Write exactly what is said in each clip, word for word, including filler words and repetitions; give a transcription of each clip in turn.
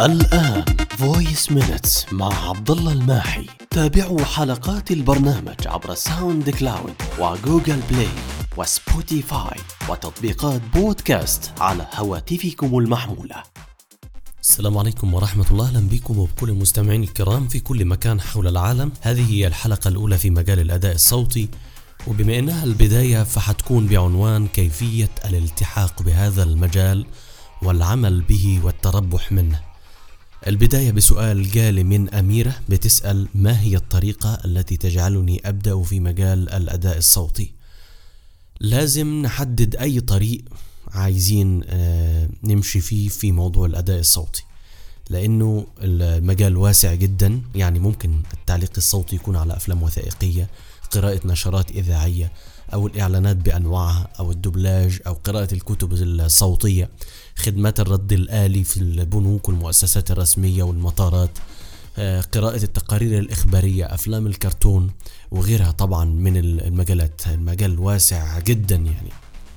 الآن Voice Minutes مع عبد الله الماحي. تابعوا حلقات البرنامج عبر ساوند كلاود وجوجل بلاي وسبوتيفاي وتطبيقات بودكاست على هواتفكم المحمولة. السلام عليكم ورحمة الله، أهلا بكم وبكل المستمعين الكرام في كل مكان حول العالم. هذه هي الحلقة الأولى في مجال الأداء الصوتي، وبما أنها البداية فحتكون بعنوان كيفية الالتحاق بهذا المجال والعمل به والتربح منه. البداية بسؤال جالي من أميرة بتسأل: ما هي الطريقة التي تجعلني أبدأ في مجال الأداء الصوتي؟ لازم نحدد أي طريق عايزين آه نمشي فيه في موضوع الأداء الصوتي، لأنه المجال واسع جدا. يعني ممكن التعليق الصوتي يكون على أفلام وثائقية، قراءة نشرات إذاعية، أو الإعلانات بأنواعها، أو الدبلاج، أو قراءة الكتب الصوتية، خدمات الرد الآلي في البنوك والمؤسسات الرسمية والمطارات، قراءة التقارير الإخبارية، أفلام الكرتون وغيرها طبعا من المجالات. المجال واسع جدا يعني،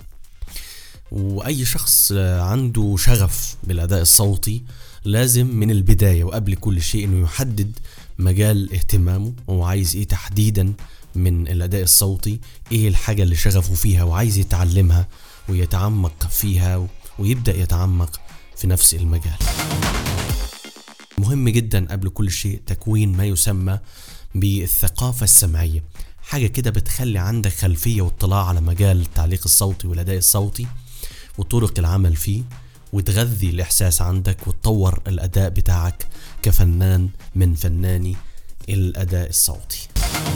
وأي شخص عنده شغف بالأداء الصوتي لازم من البداية وقبل كل شيء إنه يحدد مجال اهتمامه وعايز إيه تحديدا من الأداء الصوتي، إيه الحاجة اللي شغفه فيها وعايز يتعلمها ويتعمق فيها ويبدأ يتعمق في نفس المجال. مهم جدا قبل كل شيء تكوين ما يسمى بالثقافة السمعية، حاجة كده بتخلي عندك خلفية واطلاع على مجال التعليق الصوتي والأداء الصوتي وطرق العمل فيه، وتغذي الإحساس عندك وتطور الأداء بتاعك كفنان من فناني الأداء الصوتي.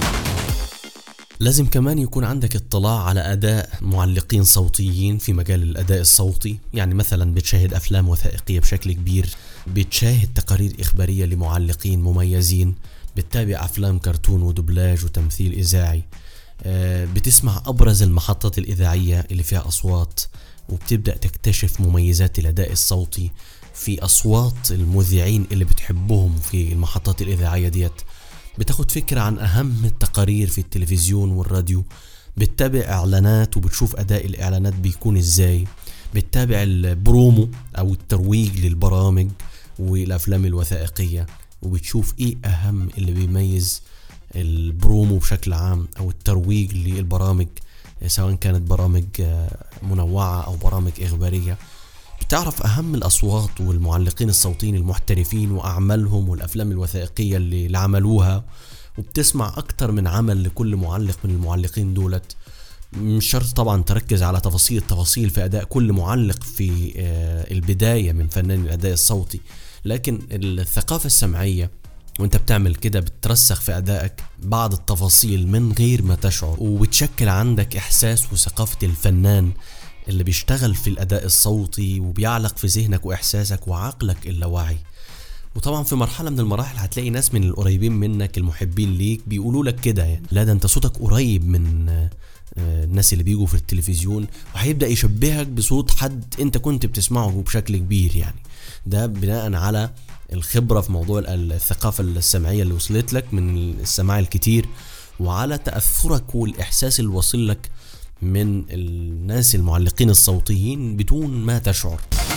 لازم كمان يكون عندك اطلاع على أداء معلقين صوتيين في مجال الأداء الصوتي. يعني مثلا بتشاهد أفلام وثائقية بشكل كبير، بتشاهد تقارير إخبارية لمعلقين مميزين، بتتابع أفلام كرتون ودبلاج وتمثيل إذاعي، بتسمع أبرز المحطات الإذاعية اللي فيها أصوات، وبتبدأ تكتشف مميزات الأداء الصوتي في أصوات المذيعين اللي بتحبهم في المحطات الإذاعية ديت. بتاخد فكرة عن أهم التقارير في التلفزيون والراديو، بتتابع إعلانات وبتشوف أداء الإعلانات بيكون إزاي، بتتابع البرومو أو الترويج للبرامج والأفلام الوثائقية، وبتشوف إيه أهم اللي بيميز البرومو بشكل عام أو الترويج للبرامج، سواء كانت برامج منوعة أو برامج إخبارية. بتعرف أهم الأصوات والمعلقين الصوتيين المحترفين وأعمالهم والأفلام الوثائقية اللي عملوها، وبتسمع أكتر من عمل لكل معلق من المعلقين دولت. مش شرط طبعا تركز على تفاصيل التفاصيل في أداء كل معلق في البداية من فنان الأداء الصوتي، لكن الثقافة السمعية وانت بتعمل كده بترسخ في أدائك بعض التفاصيل من غير ما تشعر، وبتشكل عندك إحساس وثقافة الفنان اللي بيشتغل في الأداء الصوتي وبيعلق في ذهنك وإحساسك وعقلك اللاواعي. وطبعا في مرحلة من المراحل هتلاقي ناس من القريبين منك المحبين ليك بيقولوا لك كده، يعني لا ده انت صوتك قريب من الناس اللي بيجوا في التلفزيون، وهيبدأ يشبهك بصوت حد انت كنت بتسمعه بشكل كبير. يعني ده بناء على الخبرة في موضوع الثقافة السمعية اللي وصلت لك من السماع الكتير، وعلى تأثرك والإحساس اللي وصل لك من الناس المعلقين الصوتيين بدون ما تشعر.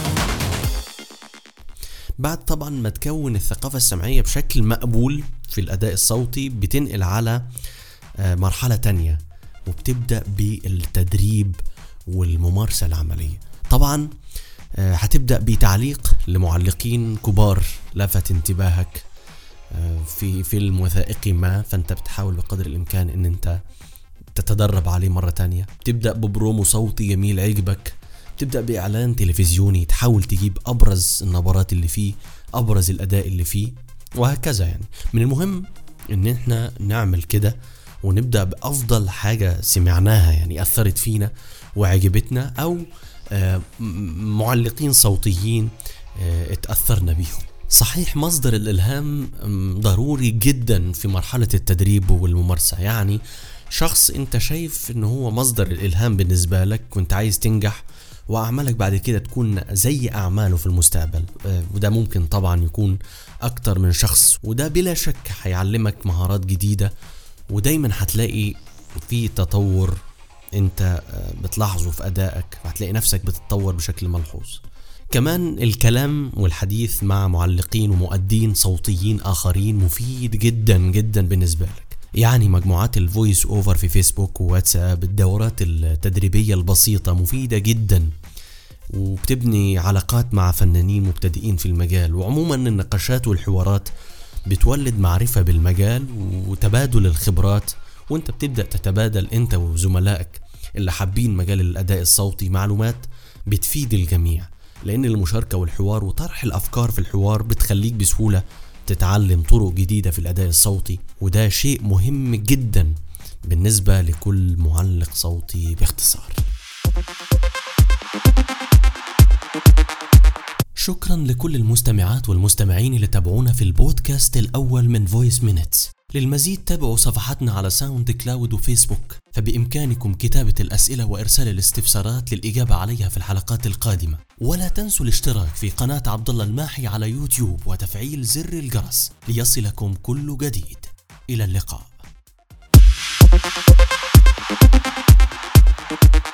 بعد طبعا ما تكون الثقافة السمعية بشكل مقبول في الأداء الصوتي، بتنقل على مرحلة تانية وبتبدأ بالتدريب والممارسة العملية. طبعا هتبدأ بتعليق لمعلقين كبار لفت انتباهك في فيلم وثائقي ما، فانت بتحاول بقدر الإمكان ان انت تتدرب عليه مرة تانية. تبدأ ببرومو صوتي جميل عجبك، تبدأ بإعلان تلفزيوني تحاول تجيب أبرز النبرات اللي فيه، أبرز الأداء اللي فيه، وهكذا. يعني من المهم إن إحنا نعمل كده ونبدأ بأفضل حاجة سمعناها، يعني أثرت فينا وعجبتنا، أو معلقين صوتيين اتأثرنا بيهم. صحيح مصدر الإلهام ضروري جدا في مرحلة التدريب والممارسة. يعني شخص انت شايف انه هو مصدر الالهام بالنسبة لك وانت عايز تنجح واعمالك بعد كده تكون زي اعماله في المستقبل، وده ممكن طبعا يكون اكتر من شخص، وده بلا شك هيعلمك مهارات جديدة، ودايما هتلاقي في تطور انت بتلاحظه في ادائك، وهتلاقي نفسك بتتطور بشكل ملحوظ. كمان الكلام والحديث مع معلقين ومؤدين صوتيين آخرين مفيد جدا جدا بالنسبة لك. يعني مجموعات الفويس اوفر في فيسبوك وواتساب، الدورات التدريبية البسيطة مفيدة جدا، وبتبني علاقات مع فنانين مبتدئين في المجال. وعموما النقاشات والحوارات بتولد معرفة بالمجال وتبادل الخبرات، وانت بتبدأ تتبادل انت وزملائك اللي حابين مجال الأداء الصوتي معلومات بتفيد الجميع، لأن المشاركة والحوار وطرح الأفكار في الحوار بتخليك بسهولة تتعلم طرق جديدة في الأداء الصوتي، وده شيء مهم جدا بالنسبة لكل معلق صوتي باختصار. شكرا لكل المستمعات والمستمعين اللي تابعونا في البودكاست الأول من فويس مينتس. للمزيد تابعوا صفحاتنا على ساوند كلاود وفيسبوك، فبإمكانكم كتابة الأسئلة وإرسال الاستفسارات للإجابة عليها في الحلقات القادمة. ولا تنسوا الاشتراك في قناة عبد الله الماحي على يوتيوب وتفعيل زر الجرس ليصلكم كل جديد. إلى اللقاء.